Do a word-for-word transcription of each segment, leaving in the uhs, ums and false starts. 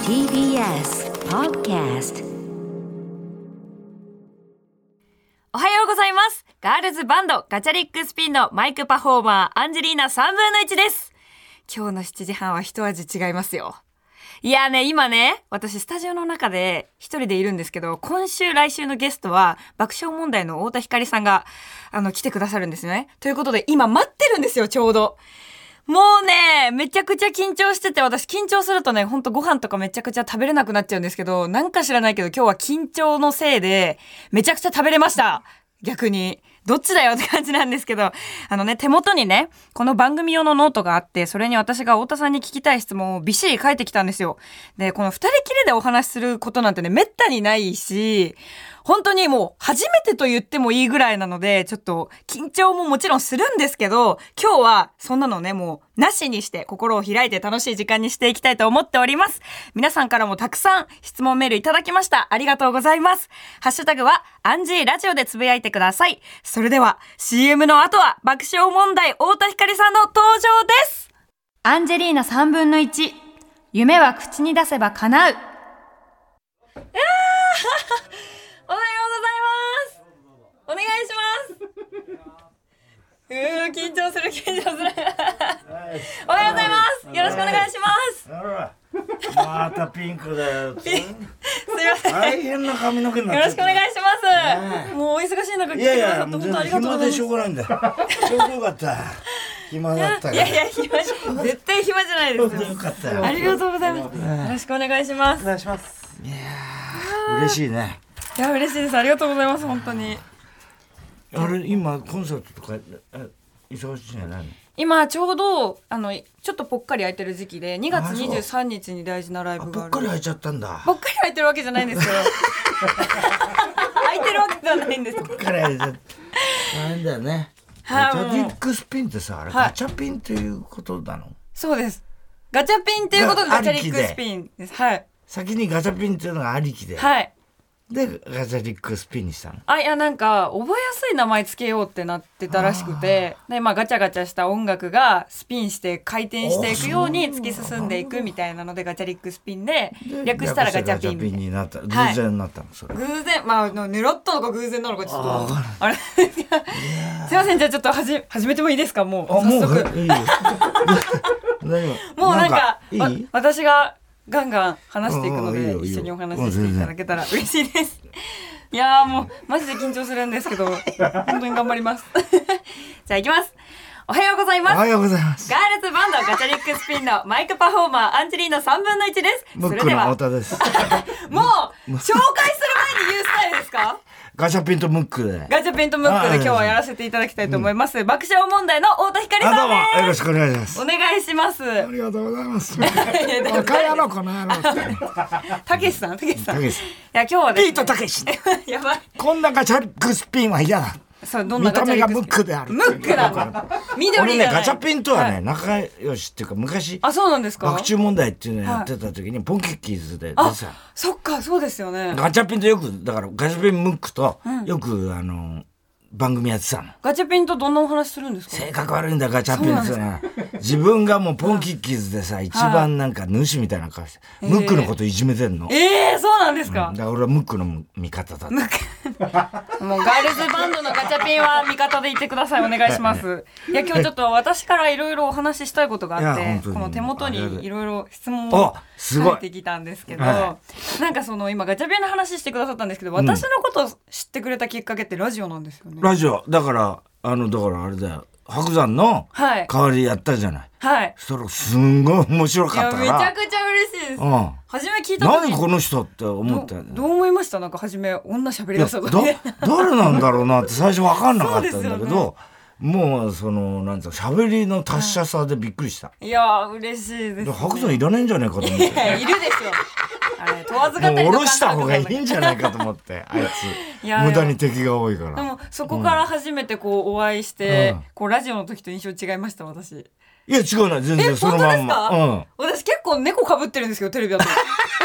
ティービーエス Podcast。 おはようございます。ガールズバンドガチャリックスピンのマイクパフォーマーアンジェリーナさんぶんのいちです。今日のしちじはんは一味違いますよ。いやね、今ね、私スタジオの中で一人でいるんですけど、今週来週のゲストは爆笑問題の太田光さんがあの来てくださるんですね。ということで今待ってるんですよ、ちょうど。もうね、めちゃくちゃ緊張してて、私緊張するとね、ほんとご飯とかめちゃくちゃ食べれなくなっちゃうんですけど、なんか知らないけど今日は緊張のせいでめちゃくちゃ食べれました。逆に。どっちだよって感じなんですけど、あのね、手元にね、この番組用のノートがあって、それに私が太田さんに聞きたい質問をびっしり書いてきたんですよ。で、この二人きりでお話しすることなんてね、めったにないし、本当にもう初めてと言ってもいいぐらいなので、ちょっと緊張ももちろんするんですけど、今日はそんなのね、もうなしにして心を開いて楽しい時間にしていきたいと思っております。皆さんからもたくさん質問メールいただきました。ありがとうございます。ハッシュタグはアンジーラジオでつぶやいてください。それでは シーエム の後は爆笑問題太田光さんの登場です。アンジェリーナさんぶんのいち、夢は口に出せば叶う。おはようございます。お願いします。うー、緊張する緊張する。おはようございます。よろしくお願いします。 あら、またピンクだよ。 ピンすいません。 大変な髪の毛になっよろしくお願いします。 ね、 もうお忙しい中来いやいや、 てくださって本当ありがとうございます。 暇でしょうがないんだよ。ちょうどよかった。暇だったから。 いやいや、暇じゃ絶対暇じゃないですよ。 よかったよ。 ありがとうございます。よろしくお願いします。 お願いします。 いやー、嬉しいね。 いや、嬉しいです。ありがとうございます。本当に。 あれ、今コンサートとか忙しいんじゃないの？ 今ちょうどあのちょっとぽっかり空いてる時期でにがつにじゅうさんにちに大事なライブがある。 ぽっかり空いちゃったんだ。 ぽっかり空いてるわけじゃないんですよ。空いてるわけじゃないんです。 ぽっかり空いちゃった。大変だよね。 はい、 ガチャディックスピンってさ、あれ、はい、ガチャピンっていうことなの？ そうです。ガチャピンっていうことでガチャリックスピンです。はい。 先にガチャピンっていうのがありきで。 はい。 でガチャリックスピンにしたの。 あ、いや、なんか覚えやすい名前つけようってなってたらしくて、で、まあ、ガチャガチャした音楽がスピンして回転していくように突き進んでいくみたいなのでガチャリックスピンで略したらガチャピンみたいな。 になった。偶然になったの、それ。 偶然、まあ狙ったのか偶然なのかちょっとあれすいません。じゃあちょっとはじ始めてもいいですか？もう早速。 もういいよ。 もうなんかいい？ 私がガンガン話していくので一緒にお話ししていただけたら嬉しいです。いやーもうマジで緊張するんですけど本当に頑張ります。じゃあいきます。おはようございます。 おはようございます。 ガールズバンドガチャリックスピンのマイクパフォーマーアンジェリーナさんぶんのいちです。 ムックの太田です。 もう紹介する前に言うスタイルですか？ ガチャピンとムックで。 ガチャピンとムックで今日はやらせていただきたいと思います。うん、爆笑問題の太田光さんです。 どうもよろしくお願いします。 お願いします。 ありがとうございます。若い野郎この野郎。 たけしさん、たけしさん。いたけし。 や今日はですね。 ピートたけし。 やばい。 こんなガチャリックスピンは嫌だ。 そう、どんな見た目がムックである。 ムックなの。緑じゃない。 俺ね、ガチャピンとはね、仲良しっていうか昔。 あ、そうなんですか。 爆笑問題っていうのやってた時にポンキッキーズであ、そっか、そうですよね。 ガチャピンとよくだからガチャピンムックとよくあの番組やってたの。 ガチャピンとどんなお話するんですか？ 性格悪いんだガチャピンってね。自分がもうポンキッキーズでさ一番なんか主みたいな顔してムックのこといじめてんの。 ええ、そうなんですか。 だから俺はムックの味方だった。 もうガールズバンドのガチャピンは味方でいてください。お願いします。いや今日ちょっと私からいろいろお話ししたいことがあってこの手元にいろいろ質問を書いてきたんですけど、なんかその今ガチャピンの話してくださったんですけど、私のことを知ってくれたきっかけってラジオなんですよね。 ラジオだからあのだからあれだよ、白山の代わりやったじゃない。 はい。 それすんごい面白かったから。 いやめちゃくちゃ嬉しいです。うん。初め聞いた時何この人って思った。 どう思いました？なんか初め女喋り出した時。 誰なんだろうなって最初分かんなかったんだけど。もうそのなんつうか喋りの達者さでびっくりした。 いや嬉しいです、ね。 白山いらねえんじゃねえかと思って。いやいるでしょ。あれ問わず語りのもう下ろした方がいいんじゃないかと思ってあいついやいや無駄に敵が多いから。 でもそこから初めてこうお会いして、うん、こうラジオの時と印象違いました私。いや違うな全然そのまんま。 うん、私結構猫被ってるんですけどテレビだと。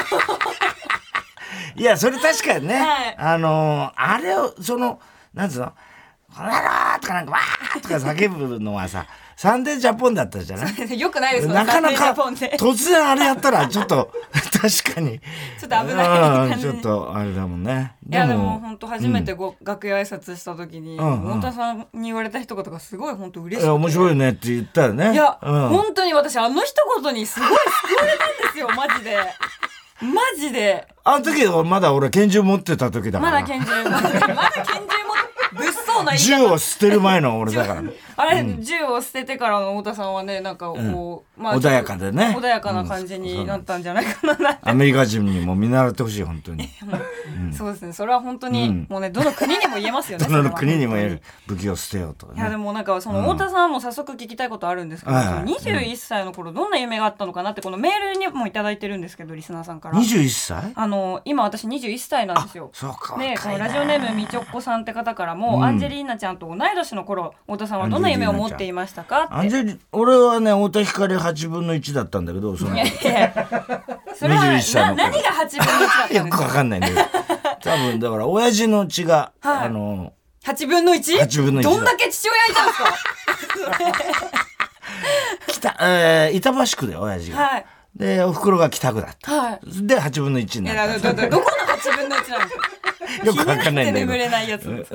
いやそれ確かにね、 はい、 あのー、あれをそのなんつうのこの野郎とかなんかわーとか叫ぶのはさサンデージャポンだったじゃない。 よくないですなかなか突然あれやったらちょっと確かにちょっと危ない感じちょっとあれだもんね。 いやでも本当初めてご、うん、楽屋挨拶した時に、うん、太田さんに言われた一言がすごい本当嬉しくて、いや面白いねって言ったよね。 いや、うん、本当に私あの一言にすごい救われたんですよマジでマジで。あの時まだ俺拳銃持ってた時だから。 まだ拳銃まだ拳銃持って物騒な銃を捨てる前の俺だからね。 あれ、うん、銃を捨ててからの太田さんはねなんかこう、 うんまあ、穏やかでね穏やかな感じになったんじゃないかな、うん、 アメリカ人にも見習ってほしい本当に、 うん、そうですねそれは本当に、うん、もうねどの国にも言えますよねどの国にも言える武器を捨てようと、ね、 いやでもなんかその太田さんも早速聞きたいことあるんですけど、うん、そのにじゅういっさいの頃どんな夢があったのかなってこのメールにもいただいてるんですけどリスナーさんからにじゅういっさいあの今私にじゅういっさいなんですよ。 そうかでこのラジオネームみちょっこさんって方からも、うん、アンジェリーナちゃんと同い年の頃太田さんはどんな夢を持っていましたかって。 アンジェリ俺はね太田光はちぶんのいちだったんだけどそのいやいやそれはな何がはちぶんのいちだったんですか。 よくわかんないんだけど多分だから親父の血が、はい、あのはちぶんのいち? はちぶんのいちどんだけ父親いたんですか北、えー、板橋区で親父が、はい、でお袋が北区だった、はい、ではちぶんのいちになった。 いやど, ど, どこのはちぶんのいちなんですかよくわかんないんだけど眠れないやつです、 うん、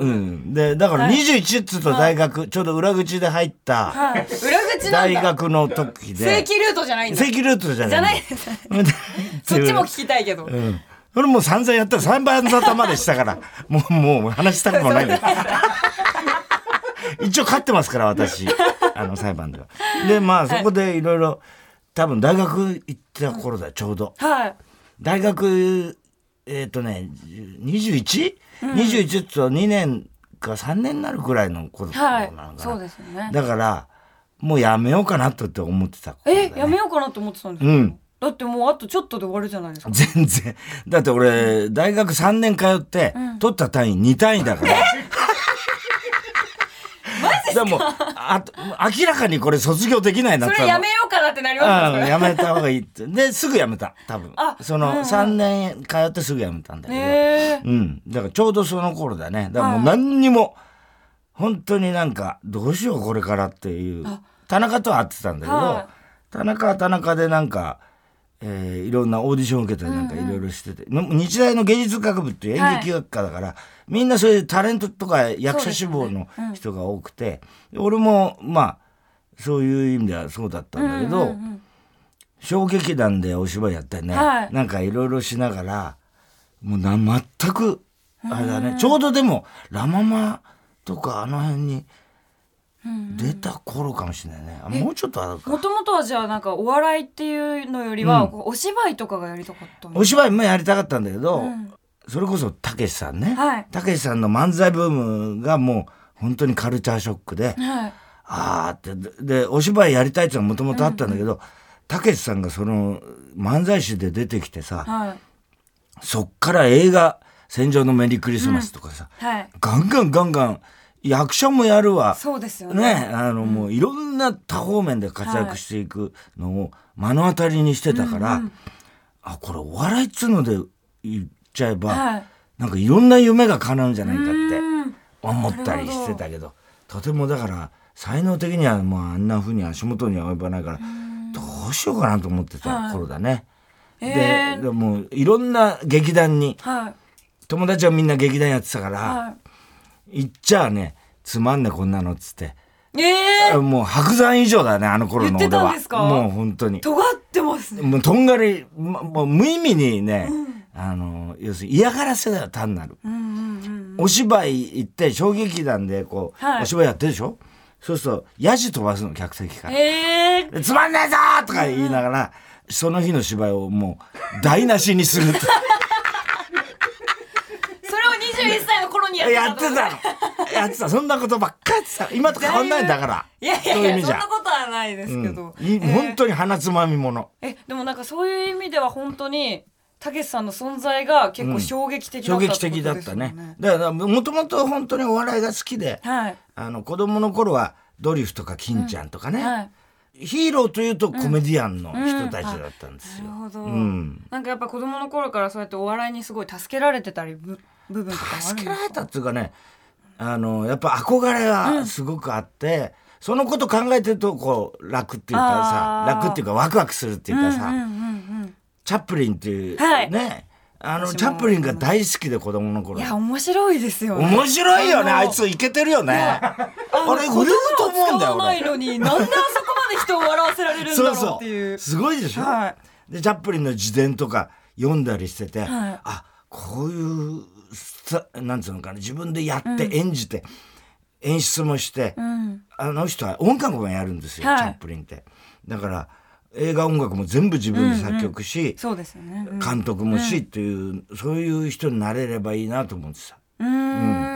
でだからにじゅういちっつうと大学、はい、ちょうど裏口で入った、 はい、裏口なんだ大学の時で正規ルートじゃないんだ正規ルートじゃないじゃないそっちも聞きたいけど、うん、 それもう散々やったらさんばん沙汰までしたからもうもう話したくもないんだ一応勝ってますから私あの裁判では。でまあそこでいろいろ多分大学行った頃だよちょうど、 はい、 大学えっ、ー、とね にじゅういち?にじゅういち ってとにねんかさんねんになるくらいの頃なのかな、はい、 そうですよね。 だからもうやめようかなとって思ってた、ね、 えやめようかなと思ってたんですか、うん、だってもうあとちょっとで終わるじゃないですか。 全然だって俺、うん、大学さんねん通って、うん、取った単位に単位だからマジですか。 でもあ明らかにこれ卒業できないなってそれやめようかなってなりますか。やめた方がいいってですぐやめた多分その、うんうん、さんねん通ってすぐやめたんだけど、うん、だからちょうどその頃だね。だからもう何にも本当になんかどうしようこれからっていう田中とは会ってたんだけど、はい、田中は田中でなんか、えー、いろんなオーディション受けたりなんかいろいろしてて、うんうん、日大の芸術学部っていう演劇学科だから、はい、みんなそういうタレントとか役者志望の人が多くて、うん、俺もまあそういう意味ではそうだったんだけど、うんうんうん、小劇団でお芝居やったりね、はい、なんかいろいろしながらもうな全くあれだね、うん、ちょうどでもラ・ママとかあの辺に出た頃かもしれないね、うんうん、もうちょっとあるか。 もともとはじゃあなんかお笑いっていうのよりは、うん、お芝居とかがやりたかったの。 お芝居もやりたかったんだけど、うん、それこそたけしさんね、たけしさんの漫才ブームがもう本当にカルチャーショックで、はい、あーってでお芝居やりたいっていうのはもともとあったんだけど、たけしさんがその漫才師で出てきてさ、はい、そっから映画戦場のメリークリスマスとかさ、うんはい、ガンガンガンガン役者もやるわ。 そうですよね。 ね、あの、うん、もういろんな多方面で活躍していくのを目の当たりにしてたから、はい、あ、これお笑いっつうので言っちゃえば、はい、なんかいろんな夢が叶うんじゃないかって思ったりしてたけど、とてもだから才能的にはもうあんな風に足元には及ばないから、どうしようかなと思ってた頃だね。はい、で、えー、でもいろんな劇団に、はい、友達はみんな劇団やってたから、はい、行っちゃあね、つまんねこんなのっつって、えー、もう白山以上だねあの頃の俺は。言ってたんですか。もう本当に尖ってますね。 もうとんがり、ま、もう無意味にね、うん、あの要するに嫌がらせだよ単なる、うんうんうん、お芝居行って小劇団でこう、はい、お芝居やってるでしょ。そうするとヤジ飛ばすの客席から、えー、つまんないぞーとか言いながら、うん、その日の芝居をもう台無しにするってそれをにじゅういっさいの頃にやってたやってたのやってたそんなことばっかりやってた。今と変わんないんだから。 いやいやいや、ううそんなことはないですけど、 うんえー、本当に鼻つまみもの。 えでもなんかそういう意味では本当にたけしさんの存在が結構衝撃的だったってことですよね、うん、衝撃的だったね。だからもともと本当にお笑いが好きで、はい、あの子供の頃はドリフとか金ちゃんとかね、うんはい、ヒーローというとコメディアンの人たちだったんですよ、うんうん、なるほど、うん、 なんかやっぱ子供の頃からそうやってお笑いにすごい助けられてたり部分とかもあるんですか。 助けられたっていうかね、あのやっぱ憧れがすごくあって、うん、そのこと考えてるとこう楽っていうかさ、楽っていうかワクワクするっていうかさ、うんうんうんうん、 チャップリンっていう、 はい、 ねあのチャップリンが大好きで子供の頃。 いや面白いですよね。 面白いよね。あいつイケてるよね。あれ売れると思うんだよ。 使わないのになんであそこまで人を笑わせられるんだろうっていう。 そうそうすごいでしょ、はい、でチャップリンの自伝とか読んだりしてて、はい、あこういうなんつうのかな自分でやって演じて、うん、演出もして、うん、あの人は音楽もやるんですよ、はい、チャップリンって。だから映画音楽も全部自分で作曲し、 そうですよね、 監督もしっていう、うん、そういう人になれればいいなと思ってさ、うん、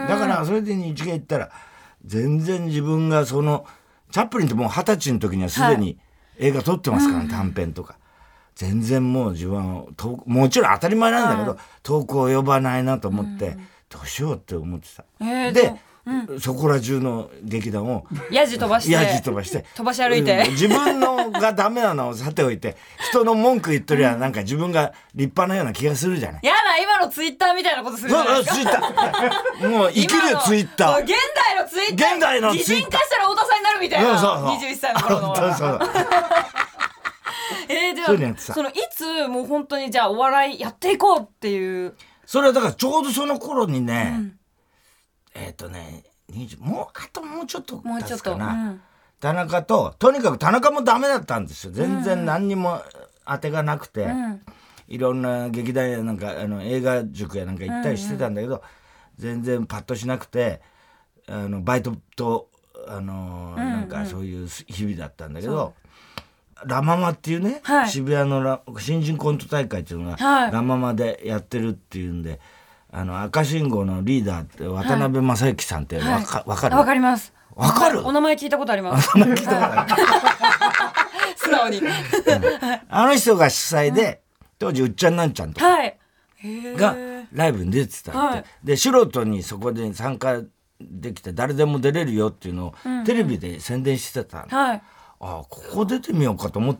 だからそれで日芸行ったら全然自分がそのチャップリンってもう二十歳の時にはすでに映画撮ってますから、ね、はい、短編とか全然もう自分はもちろん当たり前なんだけど、はい、遠く及ばないなと思って、うん、どうしようって思ってた、えー、でうん、そこら中の劇団をヤジ飛ばしてヤジ飛ばして飛ばし歩いて、 うん、自分のがダメなのをさておいて人の文句言っとりゃなんか自分が立派なような気がするじゃない。 やだ今のツイッターみたいなことするじゃないですか。 ツイッターもう生きるよツイッター。 現代のツイッター現代のツイッター擬人化したら太田さんになるみたいな、うん、そうそうにじゅういっさいの頃のそうそうえー、ではそのいつもう本当にじゃあお笑いやっていこうっていう。 それはだからちょうどその頃にね、うん、えっ、ー、とねもうあともうちょっと経つかな、うん、田中ととにかく田中もダメだったんですよ。全然何にも当てがなくて、うん、いろんな劇団やなんかあの映画塾やなんか行ったりしてたんだけど、うんうん、全然パッとしなくてあのバイトとあの、うんうん、なんかそういう日々だったんだけど、ラママっていうね、はい、渋谷のラ新人コント大会っていうのが、はい、ラママでやってるっていうんであの赤信号のリーダーって渡辺正行さんってわか、はい、わかる？ わかります。 わかる？ お名前聞いたことあります。名前聞いたことある。素直に、うん。 あの人が主催で、当時うっちゃんなんちゃんとかがライブに出てたって、はい、で素人にそこで参加できて誰でも出れるよっていうのを、うんうん、テレビで宣伝してたの。はい、ああここ出てみようかと思って。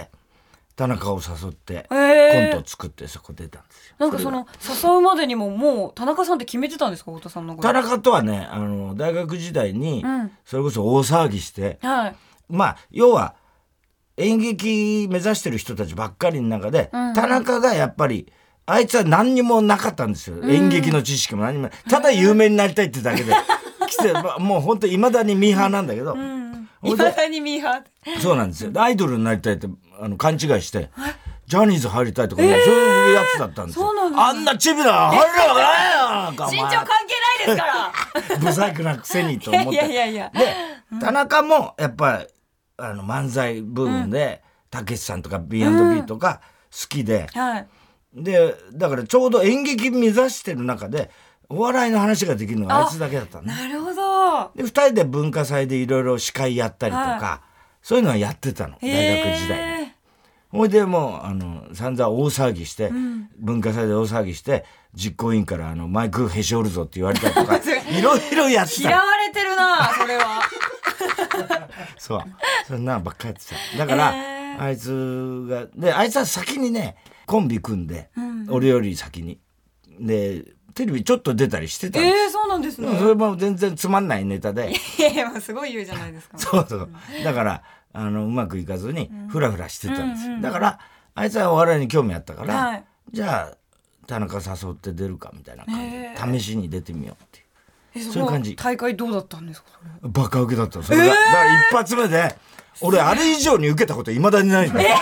田中を誘ってコントを作ってそこ出たんですよ。 なんかその誘うまでにももう田中さんって決めてたんですか太田さんのこと。 田中とはねあの大学時代にそれこそ大騒ぎして、うんはい、まあ要は演劇目指してる人たちばっかりの中で、うん、田中がやっぱりあいつは何にもなかったんですよ、うん、演劇の知識も何もただ有名になりたいってだけで来てもう本当いまだにミーハーなんだけど、うんいまだにミーハーそうなんですよ。アイドルになりたいってあの勘違いしてジャニーズ入りたいとか、ねえー、そういうやつだったんですよ。そうなんです、ね、あんなチビな入るわけないやん身長関係ないですからブサイクなくせにと思っていやいやいやで、うん、田中もやっぱりあの漫才部分でたけしさんとか ビーアンドビー とか好きで、うんはい、でだからちょうど演劇目指してる中でお笑いの話ができるのがあいつだけだったの。 なるほど。 でふたりで文化祭でいろいろ司会やったりとか、はい、そういうのはやってたの大学時代に。ほいでもうあの散々大騒ぎして、うん、文化祭で大騒ぎして実行委員からあのマイクへし折るぞって言われたりとかいろいろやってた。 嫌われてるなそれはそうそんなばっかりやってた。だから、えー、あいつがであいつは先にねコンビ組んで、うんうん、俺より先にでテレビちょっと出たりしてたんです。 えー、そうなんですね。 それも全然つまんないネタでいやいやすごい言うじゃないですか。 そうそうだからあのうまくいかずにフラフラしてたんですよ、うんうんうん、だからあいつはお笑いに興味あったから、はい、じゃあ田中誘って出るかみたいな感じで、えー、試しに出てみようっていう、えー、そういう感じ。 大会どうだったんですか？それバカ受けだったそれが、えー、だから一発目で俺あれ以上に受けたこといまだにないんだよ、え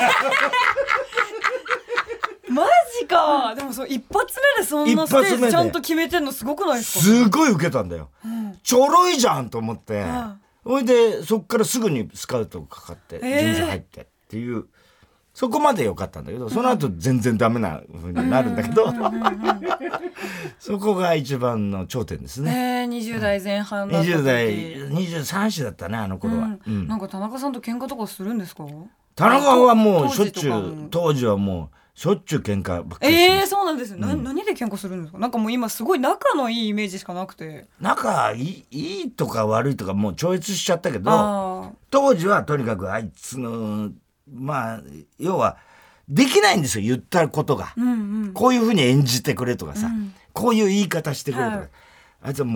ー、マジか。でもそう一発目でそんなステージちゃんと決めてんのすごくないですか？ すごい受けたんだよ、うん、ちょろいじゃんと思って、うんほいでそっからすぐにスカウトかかって事務所入ってっていう、えー、そこまで良かったんだけどその後全然ダメな風になるんだけどそこが一番の頂点ですね、 えー、にじゅう代前半だった時にじゅう代にじゅうさん歳だったねあの頃は、うんうん、なんか田中さんと喧嘩とかするんですか？ 田中はもうしょっちゅう当時はもうしょっちゅう喧嘩ばっかりしてえー、そうなんですよ、うん、何で喧嘩するんですか？なんかもう今すごい仲のいいイメージしかなくて。 仲いい、いいとか悪いとかもう超越しちゃったけど当時はとにかくあいつのまあ要はできないんですよ言ったことが、うんうん、こういう風に演じてくれとかさ、うん、こういう言い方してくれとか、はい、あいつはもう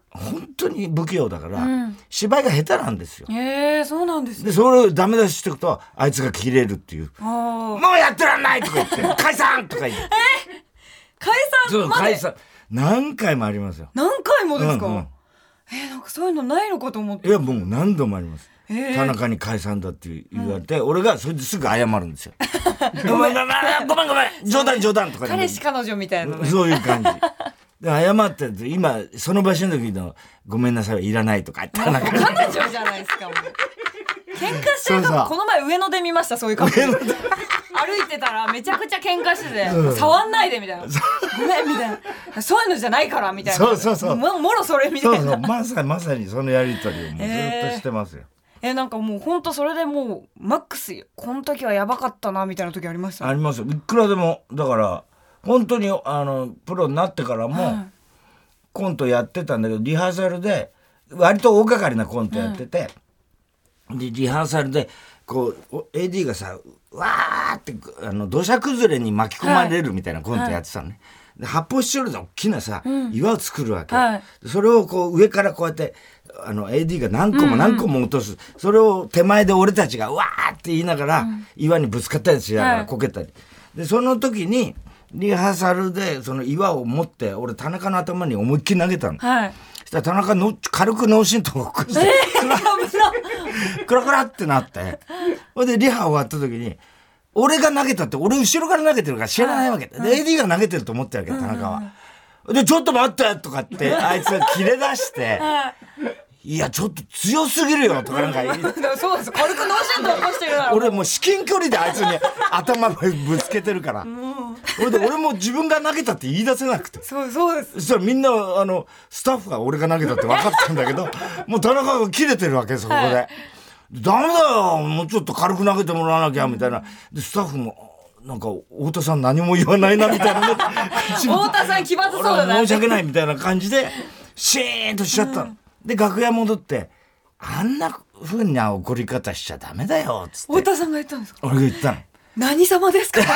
本当に不器用だから、 うん、 芝居が下手なんですよ。 へえ、そうなんですね。 でそれをダメ出ししていくとあいつが切れるっていう、もうやってらんないとか言って解散とか言って、 え解散まで解散何回もありますよ。 何回もですか、 うんうん、 えー、なんかそういうのないのかと思って。 いやもう何度もあります。田中に解散だって言われて、うん、俺がそれですぐ謝るんですよ。ごめんごめんごめんごめん冗談冗談とか、 彼氏彼女みたいな、ね、 そういう感じで謝ってて、今その場所の時のごめんなさいはいらないとか言ったら彼女じゃないですかもう喧嘩してるかも。この前上野で見ました。そういう感じ歩いてたらめちゃくちゃ喧嘩してて、うん、触んないでみたいな、ごめんみたいな、そういうのじゃないからみたいな、 そうそうそう、 も, もろそれみたいな、 そうそうまさにまさにそのやり取りをもうずっとしてますよ。 えー、なんかもう本当それでもうマックスよ、この時はやばかったなみたいな時ありました、ね、 ありますよ。いくらでも。だから本当にあのプロになってからも、はい、コントやってたんだけどリハーサルで割と大掛かりなコントやってて、うん、でリハーサルでこう エーディー がさわーってあの土砂崩れに巻き込まれるみたいなコントやってたのね、はい、で発泡スチロールで大きなさ、うん、岩を作るわけ、はい、それをこう上からこうやってあの エーディー が何個も何個も落とす、うんうん、それを手前で俺たちがわーって言いながら、うん、岩にぶつかったりしながらこけたり、はい、でその時にリハーサルでその岩を持って俺田中の頭に思いっきり投げたの、はい、そしたら田中の軽く脳震盪を起こして、えー、クラクラってなって、それでリハ終わった時に俺が投げたって、俺後ろから投げてるから知らないわけ、はい、で エーディー が投げてると思ってるわけ田中は、うん、でちょっと待ってとかってあいつが切れ出していやちょっと強すぎるよとかなんかそうです、軽く脳震盪起こしてるから俺もう至近距離であいつに頭ぶつけてるから、それで俺も自分が投げたって言い出せなくて、 そうそうです。 そしたらみんなあのスタッフが俺が投げたって分かったんだけどもう田中が切れてるわけそこで、はい、ダメだよもうちょっと軽く投げてもらわなきゃみたいな、でスタッフもなんか太田さん何も言わないなみたいなね太田さん気まずそうだな申し訳ないみたいな感じでシーンとしちゃったの、うん、で楽屋戻ってあんな風な怒り方しちゃダメだよっつって太田さんが言ったんですか。 俺が言ったの。 何様ですか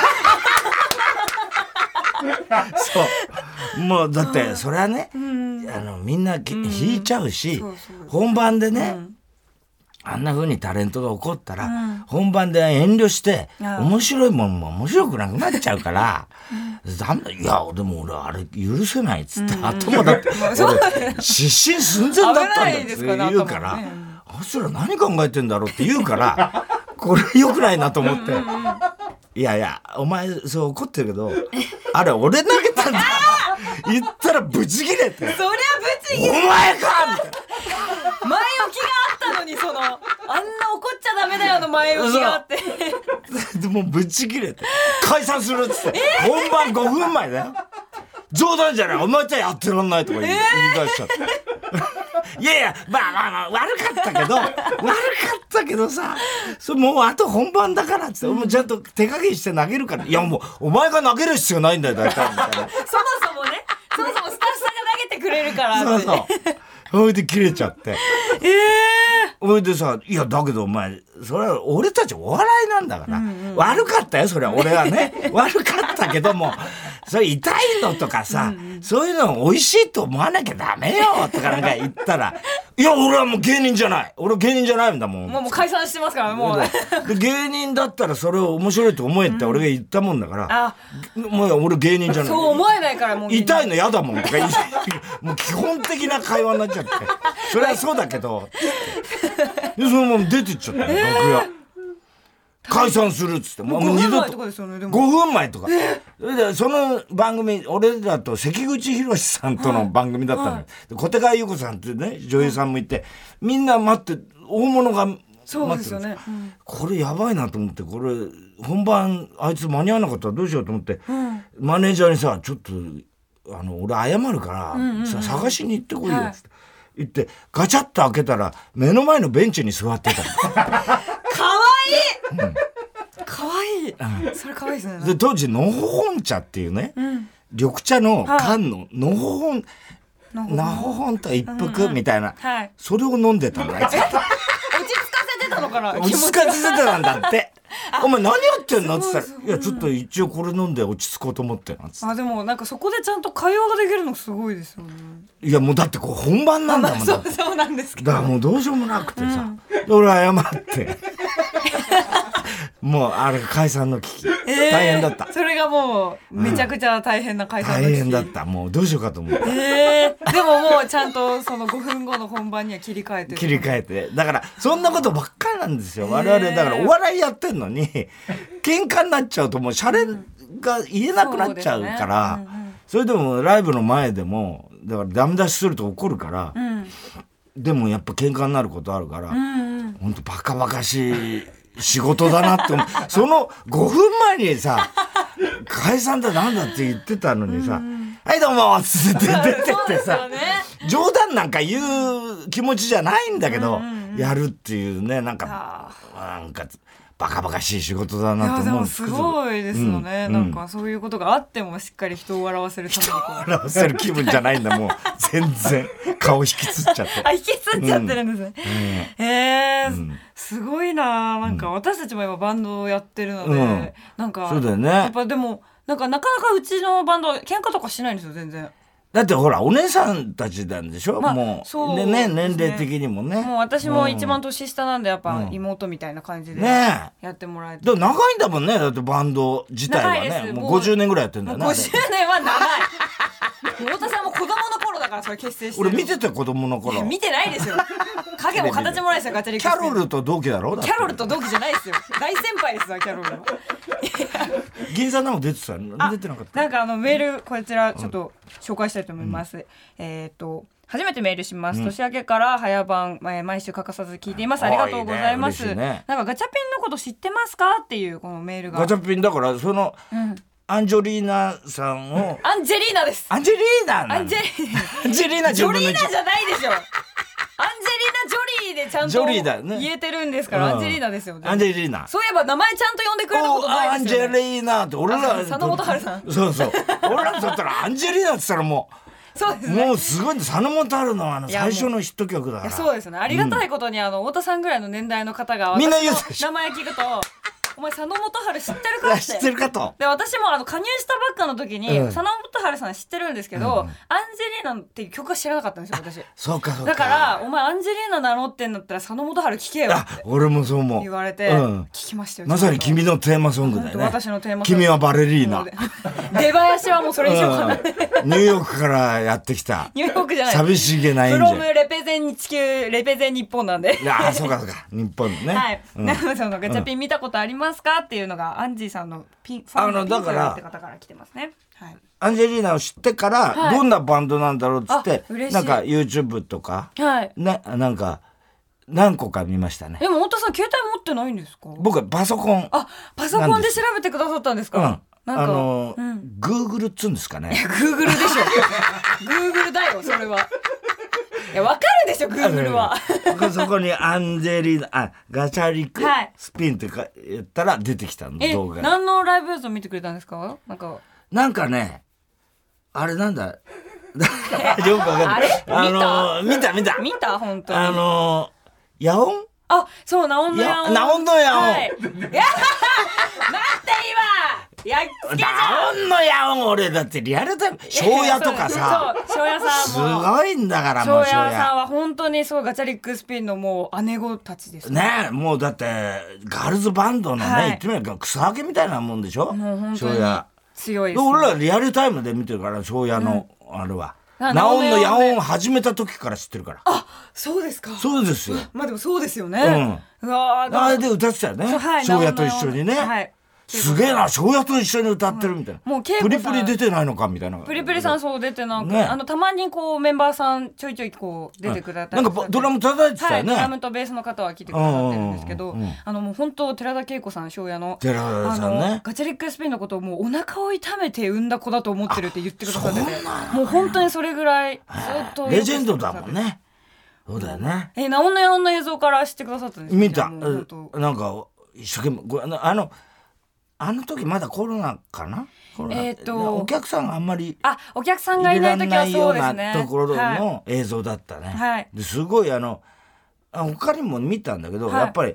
そうもうだってそれはね、うん、あのみんな、うん、引いちゃうし、そうそう本番でね、うん、あんな風にタレントが怒ったら、うん、本番で遠慮して面白いもんも面白くなくなっちゃうから、うん、ダメだいやでも俺あれ許せないっつって、うん、頭だって俺失神寸前だったんだって言うから、ね、あいつら何考えてんだろうって言うからこれ良くないなと思って、うんうん、いやいやお前そう怒ってるけどあれ俺投げたんだ言ったらブチギレて、そりゃブチギレお前かみたいな前置きがあったのにそのあんな怒っちゃダメだよの前置きがあってでもうブチギレて解散するっつって、えー、本番ごふんまえだよ冗談じゃないお前じゃやってらんないとか言い、えー、言い出しちゃっていやいやまあまあまあ悪かったけど悪かったけどさそれもうあと本番だからっつって、うん、もうちゃんと手加減して投げるからいやもうお前が投げる必要ないんだよ大体みたいなそもそもねそもそもスタッフさんが投げてくれるからそうそうそれで切れちゃってええー、それでさいやだけどお前それは俺たちお笑いなんだから、うんうん、悪かったよそれは俺はね悪かったけどもそれ痛いのとかさ、うんうん、そういうの美味しいと思わなきゃダメよとかなんか言ったらいや俺はもう芸人じゃない俺芸人じゃないんだもんもう、もう解散してますからもうで芸人だったらそれを面白いと思えって俺が言ったもんだから、うん、もう俺芸人じゃないそう思えないからもう痛いの嫌だもんとか言ってもう基本的な会話になっちゃってそれはそうだけどでそのまま出てっちゃったよ、えー、楽屋解散するっつってもう二度とごふんまえとか、えー、でその番組俺らと関口宏さんとの番組だったのよ、はい、で小手川優子さんってね女優さんもいて、みんな待って大物が待ってるんです。 そうですよね、うん、 これやばいなと思ってこれ本番あいつ間に合わなかったらどうしようと思って、うん、マネージャーにさちょっとあの俺謝るから、うんうんうん、さ探しに行ってこいよっつって、はい、言ってガチャッと開けたら目の前のベンチに座ってたのかわいい、うん、かわいい、うん、それかわいいですね。 で当時のほほん茶っていうね、うん、緑茶の缶ののほほんのほほんと一服みたいな、うんうんはい、それを飲んでたのあいつ落ち着かせてたのかな。 落ち着かせてたんだってお前何やってんのって言ったら、いやちょっと一応これ飲んで落ち着こうと思ってなんつって。 あでもなんかそこでちゃんと会話ができるのすごいですよね。 いやもうだってこう本番なんだもんだって。 そうそうなんですけどだからもうどうしようもなくてさ、うん、で俺謝ってもうあれ解散の危機、えー、大変だった。 それがもうめちゃくちゃ大変な解散の危機、 大変だった。もうどうしようかと思って、 えー、でももうちゃんとそのごふんごの本番には切り替えて切り替えてだからそんなことばっかりなんですよ我々。だからお笑いやってんのに喧嘩になっちゃうともうシャレが言えなくなっちゃうから、うんうん、それでもライブの前でもだからダメ出しすると怒るから、うん、でもやっぱ喧嘩になることあるから、うんうん、ほんとバカバカしい仕事だなって思うそのごふんまえにさ解散だなんだって言ってたのにさ、うん、はいどうもっつって出てってさ、ね、冗談なんか言う気持ちじゃないんだけど、うんうんうん、やるっていうねなんかなんかバカバカしい仕事だなと思う。いやでもすごいですよね、うん、なんかそういうことがあってもしっかり人を笑わせるために人を笑わせる気分じゃないんだもう全然顔引きつっちゃってあ引きつっちゃってるんですね、うん、えー、うん、すごいな。なんか私たちも今バンドをやってるので、うん、なんかそうだよね。 やっぱでもなんかなかなかうちのバンド喧嘩とかしないんですよ全然。 だってほらお姉さんたちなんでしょ、まあ、もうそうでね年齢的にもね。 もう私も一番年下なんでやっぱ妹みたいな感じでやってもらえて、 ね、長いんだもんね。だってバンド自体はねもうごじゅうねんぐらいやってんだよね。 ごじゅうねんは長い太田さんも子供の頃だからそれ結成してる。 俺見てた子供の頃。 見てないですよ影も形もないですよガチャリックスピン。 キャロルと同期だろ。 キャロルと同期じゃないですよ大先輩ですわキャロルの銀座のも出てたの出てなかった。 なんかあのメールこちらちょっと紹介したいと思います、うん、えっ、ー、と初めてメールします、うん、年明けから早番、えー、毎週欠かさず聞いています。ありがとうございます。いい、ね、なんかガチャピンのこと知ってますかっていうこのメールが。 ガチャピンだからその、うん、アンジョリーナさんをアンジェリーナです。 アンジェリーナアンジェリーナアンジェリーナジョリーナじゃないでしょアンジェリーナジョリーでちゃんと言えてるんですから、ね、アンジェリーナですよね。 アンジェリーナ。 そういえば名前ちゃんと呼んでくれたことないですよね。 アンジェリーナって俺ら佐野元春さん。 そうそう俺らだったらアンジェリーナって言ったらもうそうですね、 もうすごいんで佐野元春のあの最初のヒット曲だから。 いやそうですね。ありがたいことにあの太田さんぐらいの年代の方がみんな言う私の名前聞くとお前佐野元春知ってるかって知ってるかと。 で私もあの加入したばっかの時に、うん、佐野元春さん知ってるんですけど、うん、アンジェリーナっていう曲は知らなかったんですよ私。 そうかそうか。 だからお前アンジェリーナ名乗ってんだったら佐野元春聞けよって俺もそう思う言われて、うん、聞きましたよ。 まさに君のテーマソングだよね。 私のテーマソング。 君はバレリーナ出囃子はもうそれにしようかな、うん、 ニューヨークからやってきたニューヨークじゃない寂しげな演者フロムレペゼン地球レペゼン日本なんであそうかそうか日本のねはい、うん、なのでそのガチャピン見たことありますかっていうのがアンジーさんのピンファンのピンクラって方から来てますね、はい、 アンジェリーナを知ってから、はい、どんなバンドなんだろうっつってなんか YouTube とか、はい、ね、なんか何個か見ましたね。 でも太田さん携帯持ってないんですか？ 僕はパソコン。 あパソコンで調べてくださったんですか？うんなんかあのーうん、Google っつうんですかね。 Google でしょGoogle だよそれはいや分かるでしょ Google はそこにアンジェリーナあガチャリックスピンってか言ったら出てきたの、はい、動画。 え何のライブ映像見てくれたんですか？なんかなんかねあれなんだよくわかんない。あれあのー、見た見た見た本当にあのー、ヤオンあそうナオンのヤオンナオンのヤオン、はい、いや待って今やっつけじゃんナオンのヤオン俺だってリアルタイム庄屋とかさ庄屋さんもすごいんだからもう庄屋さんは本当にそうガチャリックスピンのもう姉子たちですね。ねもうだってガールズバンドのね、はい、言ってみれば草分けみたいなもんでしょ。もう本当に強いです、ね、 俺らリアルタイムで見てるから庄屋の、うん、あれはナオンのヤオン始めた時から知ってるから。 あそうですか。 そうですよ。 まあでもそうですよね、うん、うわあれで歌ってたよね庄屋と一緒にね、はい、すげえな庄屋と一緒に歌ってるみたいな、うん、もうプリプリ出てないのかみたいな。 プリプリさんそう出てなんか、ね、あのたまにこうメンバーさんちょいちょいこう出てくださって、 うん、なんかドラム叩いてたよね、 はい、ドラムとベースの方は聞いてくださってるんですけど、うんうん、あのもう本当寺田恵子さん庄屋の寺田さんねガチャリックスピンのことをもうお腹を痛めて産んだ子だと思ってるって言ってくださっててもう本当にそれぐらいずっとレジェンドだもんね。そうだよね。 えナオンのヤオンの映像から知ってくださったんですか？ 見たなんか一生懸命あのあの時まだコロナかな。えー、とお客さんがあんまりあお客さんがいない時はそうですね。 入れらんないようなところの映像だったね、はい、ですごいあの他にも見たんだけど、はい、やっぱり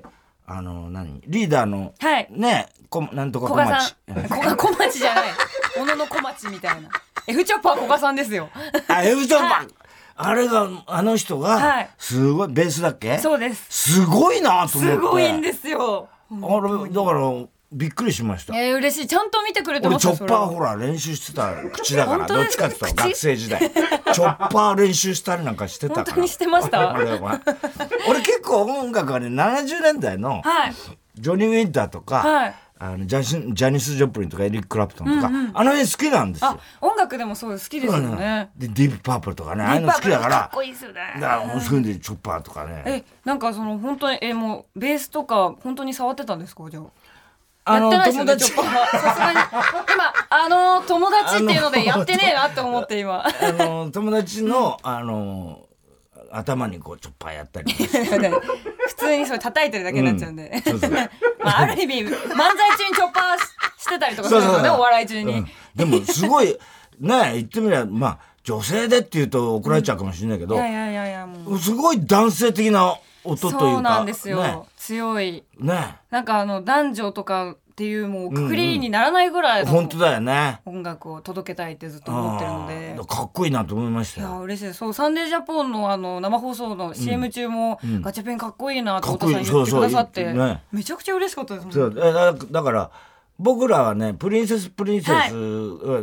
あの何リーダーの、 はい、 ねこなんとか小町小賀小町じゃない小野の小町みたいな F チョッパー小賀さんですよあ F チョッパー、はい、あれがあの人がすごい、はい、ベースだっけ。 そうです。 すごいなと思って。 すごいんですよ。 あれだからびっくりしました。 えー、嬉しい。ちゃんと見てくれてます。 俺チョッパーほら練習してた口だからどっちかって言ったら学生時代チョッパー練習したりなんかしてたから。 本当にしてました俺, 俺結構音楽はねななじゅうねんだいの、はい、ジョニー・ウィンターとか、はい、あのジャニジャニス・ジョプリンとかエリック・クラプトンとか、うんうん、あの辺好きなんですよ。あ音楽でもそう好きですよね、 うん、でディープ・パープルとかねああいうの好きだからかっこいいですよね。 だからそういうのでチョッパーとかね。 えなんかその本当にえもうベースとか本当に触ってたんですか。じゃああのやってないで友達すよね、さすがに今あの友達っていうのでやってねえなって思って今あの友達のあの頭にこうチョッパーやったり普通にそれ叩いてるだけになっちゃうんで、うんそうそうまあ、ある意味漫才中にチョッパーしてたりとかするんですよねお笑い中に、うん、 でもすごいね言ってみればまあ女性でって言うと怒られちゃうかもしれないけど、うん、いやいやいやもうすごい男性的な音というかそうなんですよ、ね、強いねなんかあの男女とかっていうもうくくりにならないぐらいの、 うんうん、本当だよね音楽を届けたいってずっと思ってるのでかっこいいなと思いましたよ。 いや嬉しいです。そうサンデージャポン の, あの生放送の シーエム 中も、うん、ガチャペンかっこいいなって太田さん言ってくださって、ね、めちゃくちゃ嬉しかったですもん。 そうだ, だから僕らはねプリンセスプリンセス、はい、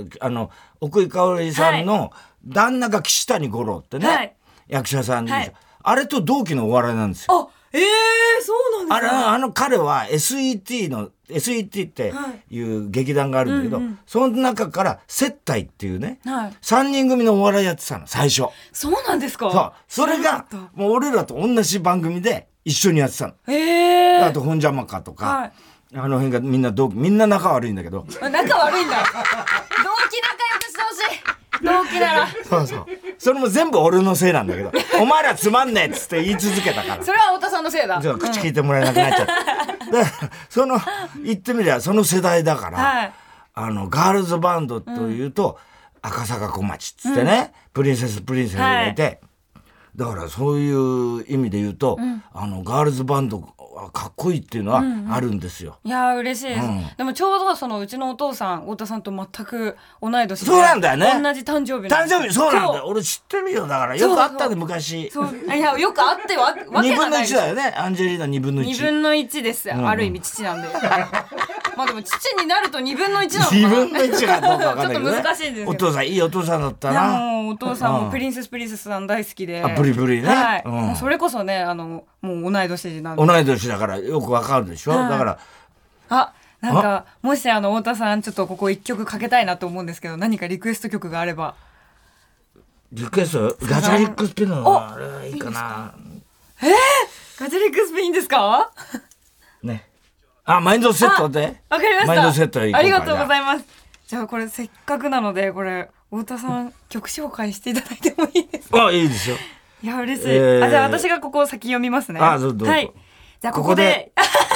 あの奥井香織さんの旦那が岸谷五郎ってね、はい、役者さんで、はい、あれと同期のお笑いなんですよ。 あえー、そうなんですか。 あの、あの彼は エスイーティー の エスイーティー っていう劇団があるんだけど、はいうんうん、その中から接待っていうね、はい、さんにん組のお笑いやってたの最初。 そうなんですか。 そうそれがもう俺らと同じ番組で一緒にやってたの。 へー。 あと本邪魔かとか、はい、あの辺がみんな同期みんな仲悪いんだけど仲悪いんだ同期仲良くしてほしい同期ならそうそうそれも全部俺のせいなんだけどお前らつまんねえっつって言い続けたからそれは太田さんのせいだ。 口聞いてもらえなくなっちゃった、うん、だからその言ってみりゃその世代だから、はい、あのガールズバンドというと、うん、赤坂小町っつってね、うん、プリンセスプリンセスがいて、はい、だからそういう意味で言うと、うん、あのガールズバンドかっこいいっていうのはあるんですよ、 うんうん、いや嬉しいです、うん、でもちょうどそのうちのお父さん太田さんと全く同い年でそうなんだよね同じ誕生日誕生日そうなんだよ俺知ってるよだからよくあったんで昔そうそういやよくあってわわけにぶんのいちだよねアンジェリーナにぶんのいちにぶんのいちです、うん、ある意味父なんでまあでも父になるとにぶんのいちなのかなにぶんのいちがどうか分かんないけど、ね、 ちょっと難しいんですけどお父さんいいお父さんだったな。 いやもうお父さんもプリンセスプリンセスさん大好きで、 あブリブリね、 はいうん、もうそれこそねあのもう同い年なんで同い年だからよくわかるでしょ、はい、だからあなんかもしあの太田さんちょっとここいっきょくかけたいなと思うんですけど何かリクエスト曲があれば。 リクエストガチャリックスピンのあれいいかな。 えー、ガチャリックスピンいいんですかねあマインドセットでわかりましたマインドセットでいこうか。 ありがとうございます。じゃあこれせっかくなのでこれ太田さん曲紹介していただいてもいいですか。 あいいですよ。 いや嬉しい、えー、あじゃあ私がここ先読みますね。 あどうぞどうぞ。 はいじゃあここで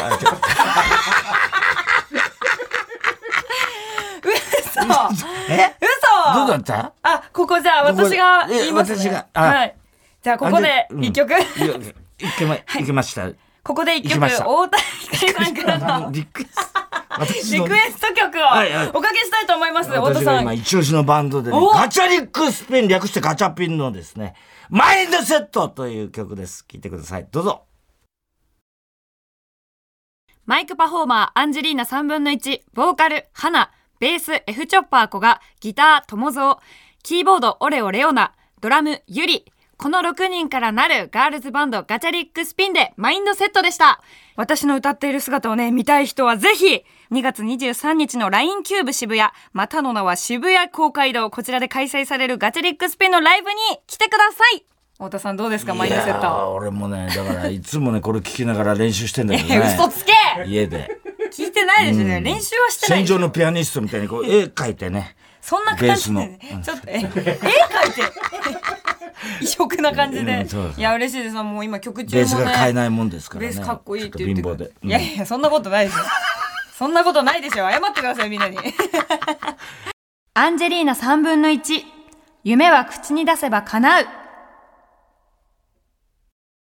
嘘え嘘どうだった。 あここじゃあ私が言いますね。 私がはいじゃあここで一曲、うん、いけま、いけました。 ここで一曲太田光さんからのリクエスト曲をおかけしたいと思います。太田さん今一押しのバンドで、ね、ガチャリックスピン略してガチャピンのですねマインドセットという曲です。聴いてくださいどうぞ。 マイクパフォーマーアンジェリーナさんぶんのいちボーカル花ベース F チョッパー小賀ギター友蔵キーボードオレオレオナドラムユリこのろくにんからなるガールズバンドガチャリックスピンでマインドセットでした。私の歌っている姿をね見たい人はぜひにがつにじゅうさんにちの ライン キューブ渋谷またの名は渋谷公会堂こちらで開催されるガチャリックスピンのライブに来てください。太田さんどうですかマインドセット。 俺もねだからいつもねこれ聞きながら練習してんだけどね嘘つけ家で聞いてないですね、うん、練習はしてない。 戦場のピアニストみたいにこう絵描いてねそんな感じで、ね、ちょっとえ絵描いて異色な感じで、うん、そうそういや嬉しいです。もう今曲中もねベースが買えないもんですからね。 ベースかっこいいって言ってくる、 うん、 いやいやそんなことないですよそんなことないでしょ謝ってくださいみんなにアンジェリーナさんぶんのいち夢は口に出せば叶う。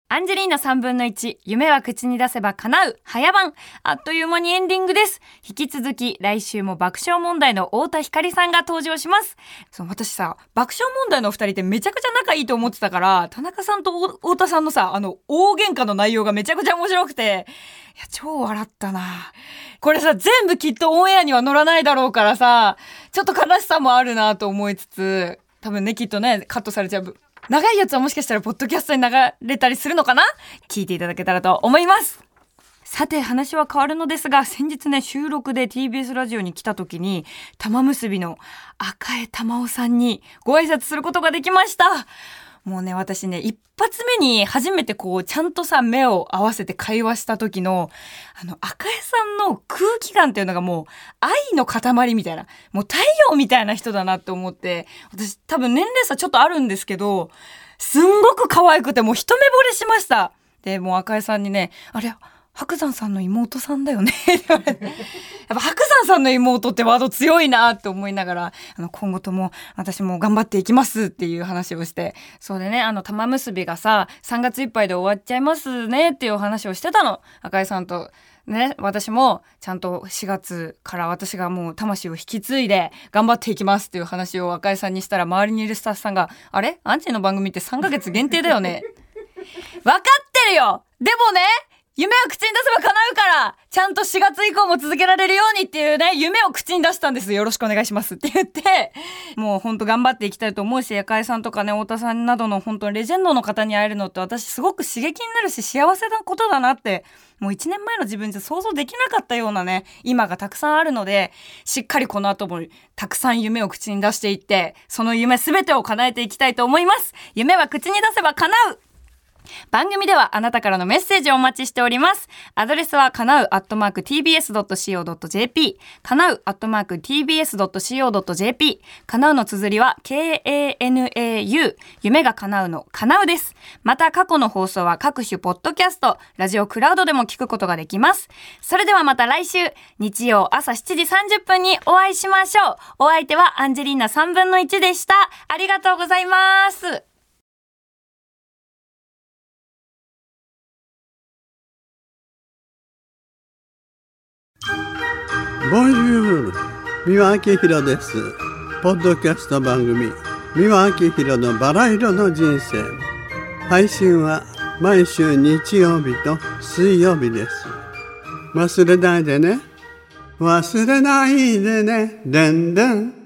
アンジェリーナさんぶんのいち、夢は口に出せば叶う、早番。あっという間にエンディングです。引き続き、来週も爆笑問題の太田光さんが登場します。そう、私さ、爆笑問題の二人ってめちゃくちゃ仲いいと思ってたから、田中さんと太田さんのさ、あの、大喧嘩の内容がめちゃくちゃ面白くて、いや、超笑ったな。これさ、全部きっとオンエアには乗らないだろうからさ、ちょっと悲しさもあるなと思いつつ、多分ね、きっとね、カットされちゃう。長いやつはもしかしたらポッドキャストに流れたりするのかな？聞いていただけたらと思います。さて話は変わるのですが、先日ね収録で ティービーエス ラジオに来た時に玉結びの赤江玉緒さんにご挨拶することができました。もうね私ね一発目に初めてこうちゃんとさ目を合わせて会話した時のあの赤江さんの空気感っていうのがもう愛の塊みたいな、もう太陽みたいな人だなって思って、私多分年齢差ちょっとあるんですけどすんごく可愛くてもう一目惚れしました。でもう赤江さんにね、あれ白山さんの妹さんだよねやっぱ白山さんの妹ってワード強いなって思いながら、あの今後とも私も頑張っていきますっていう話をして、そうでね、あの玉結びがささんがついっぱいで終わっちゃいますねっていう話をしてたの、赤井さんとね。私もちゃんとしがつから私がもう魂を引き継いで頑張っていきますっていう話を赤井さんにしたら、周りにいるスタッフさんがあれアンチの番組ってさんかげつ限定だよね分かってるよ、でもね夢は口に出せば叶うからちゃんとしがつ以降も続けられるようにっていうね夢を口に出したんです。よろしくお願いしますって言って、もうほんと頑張っていきたいと思うし、赤井さんとかね太田さんなどの本当にレジェンドの方に会えるのって私すごく刺激になるし幸せなことだなって、もういちねんまえの自分じゃ想像できなかったようなね今がたくさんあるので、しっかりこの後もたくさん夢を口に出していってその夢すべてを叶えていきたいと思います。夢は口に出せば叶う。番組ではあなたからのメッセージをお待ちしております。アドレスはかなうアットマーク ティービーエスドットシーオードットジェーピー かなうアットマーク ティービーエスドットシーオードットジェーピー かなうの綴りは ケーエーエヌエーユー 夢が叶うのかなうです。また過去の放送は各種ポッドキャスト、ラジオクラウドでも聞くことができます。それではまた来週日曜朝しちじさんじゅっぷんにお会いしましょう。お相手はアンジェリーナさんぶんのいちでした。ありがとうございます。 ボンジュール、三輪明宏です。ポッドキャスト番組三輪明宏のバラ色の人生、配信は毎週日曜日と水曜日です。忘れないでね、忘れないでね、でんでん。